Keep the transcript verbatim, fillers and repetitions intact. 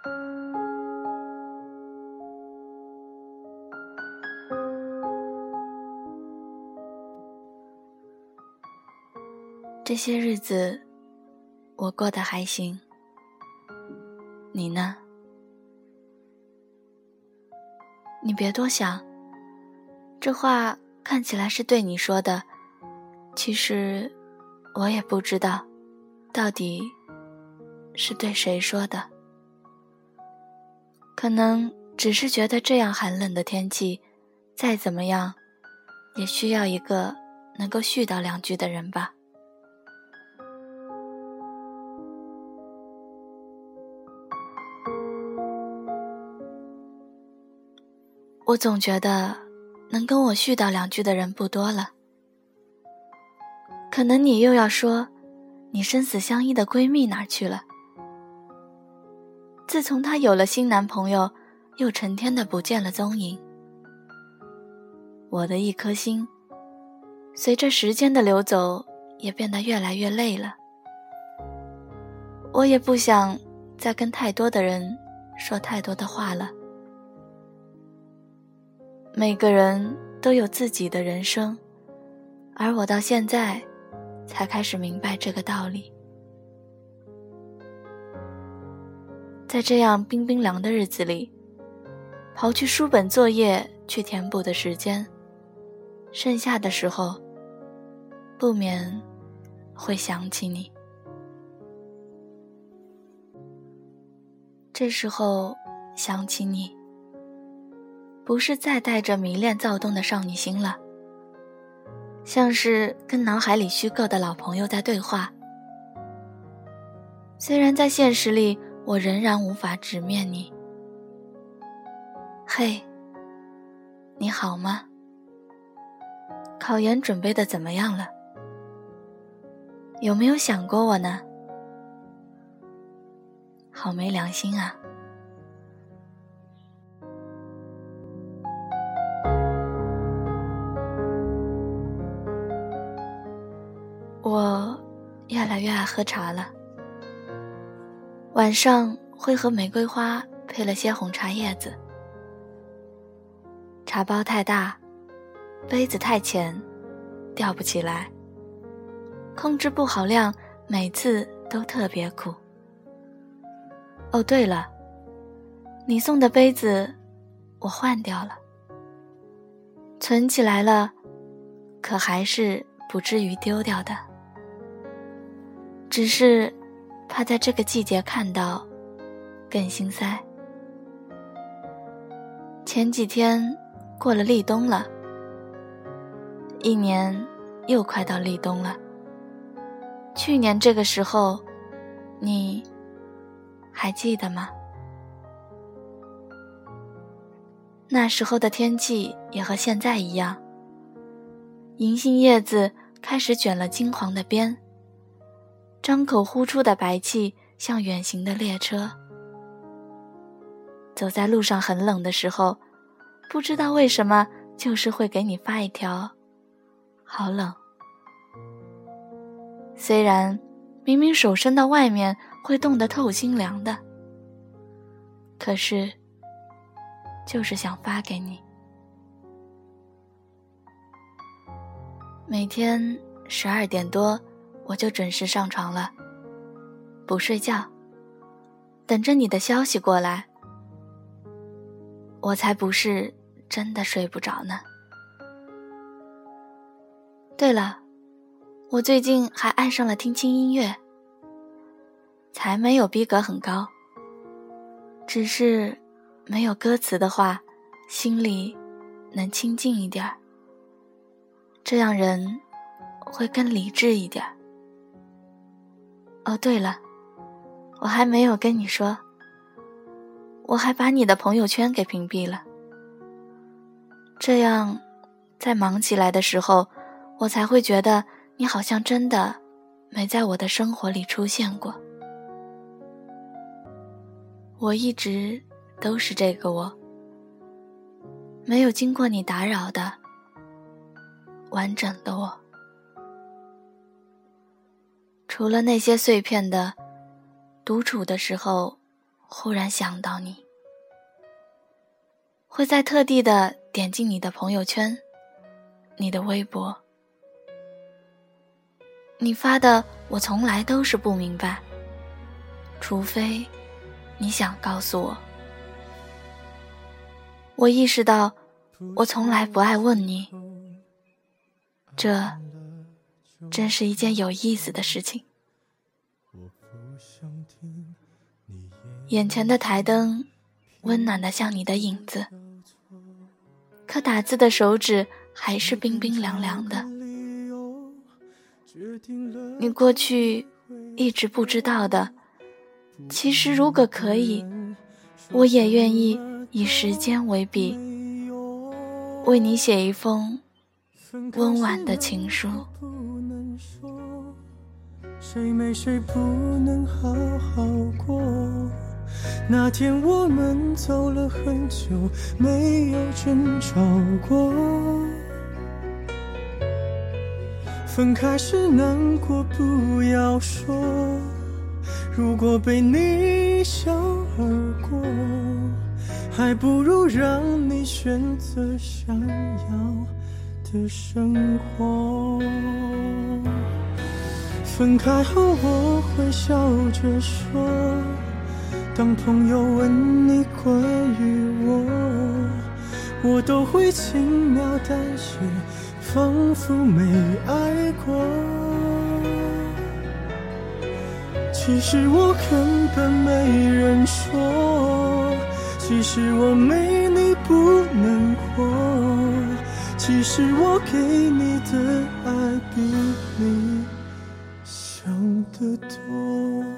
这些日子我过得还行，你呢？你别多想，这话看起来是对你说的，其实我也不知道到底是对谁说的。可能只是觉得这样寒冷的天气，再怎么样也需要一个能够絮叨两句的人吧。我总觉得能跟我絮叨两句的人不多了。可能你又要说，你生死相依的闺蜜哪儿去了？自从她有了新男朋友，又成天的不见了踪影。我的一颗心，随着时间的流走，也变得越来越累了。我也不想再跟太多的人说太多的话了。每个人都有自己的人生，而我到现在才开始明白这个道理。在这样冰冰凉的日子里，刨去书本作业去填补的时间，剩下的时候不免会想起你。这时候想起你，不是再带着迷恋躁动的少女心了，像是跟脑海里虚构的老朋友在对话。虽然在现实里我仍然无法直面你。嘿，你好吗？考研准备的怎么样了？有没有想过我呢？好没良心啊。我越来越爱喝茶了，晚上会和玫瑰花配了些红茶叶子。茶包太大，杯子太浅，吊不起来，控制不好量，每次都特别苦。哦对了，你送的杯子我换掉了，存起来了，可还是不至于丢掉的。只是怕在这个季节看到更心塞。前几天过了立冬了，一年又快到立冬了。去年这个时候你还记得吗？那时候的天气也和现在一样，银杏叶子开始卷了金黄的边，张口呼出的白气像远行的列车。走在路上很冷的时候，不知道为什么就是会给你发一条好冷。虽然明明手伸到外面会冻得透心凉的，可是就是想发给你。每天十二点多我就准时上床了，不睡觉，等着你的消息过来。我才不是真的睡不着呢。对了，我最近还爱上了听轻音乐，才没有逼格很高，只是没有歌词的话，心里能清静一点，这样人会更理智一点。哦对了，我还没有跟你说，我还把你的朋友圈给屏蔽了，这样在忙起来的时候，我才会觉得你好像真的没在我的生活里出现过。我一直都是这个我，没有经过你打扰的完整的我。除了那些碎片的独处的时候忽然想到你，会在特地的点进你的朋友圈，你的微博，你发的我从来都是不明白，除非你想告诉我。我意识到我从来不爱问你，这真是一件有意思的事情。眼前的台灯温暖得像你的影子，可打字的手指还是冰冰凉凉的。你过去一直不知道的，其实如果可以，我也愿意以时间为笔，为你写一封温婉的情书。 谁没谁不能好好过，那天我们走了很久，没有争吵过。分开时难过不要说，如果被你笑而过，还不如让你选择想要的生活。分开后我会笑着说，当朋友问你关于我，我都会轻描淡写，仿佛没爱过。其实我根本没人说，其实我没你不能活，其实我给你的爱比你想得多。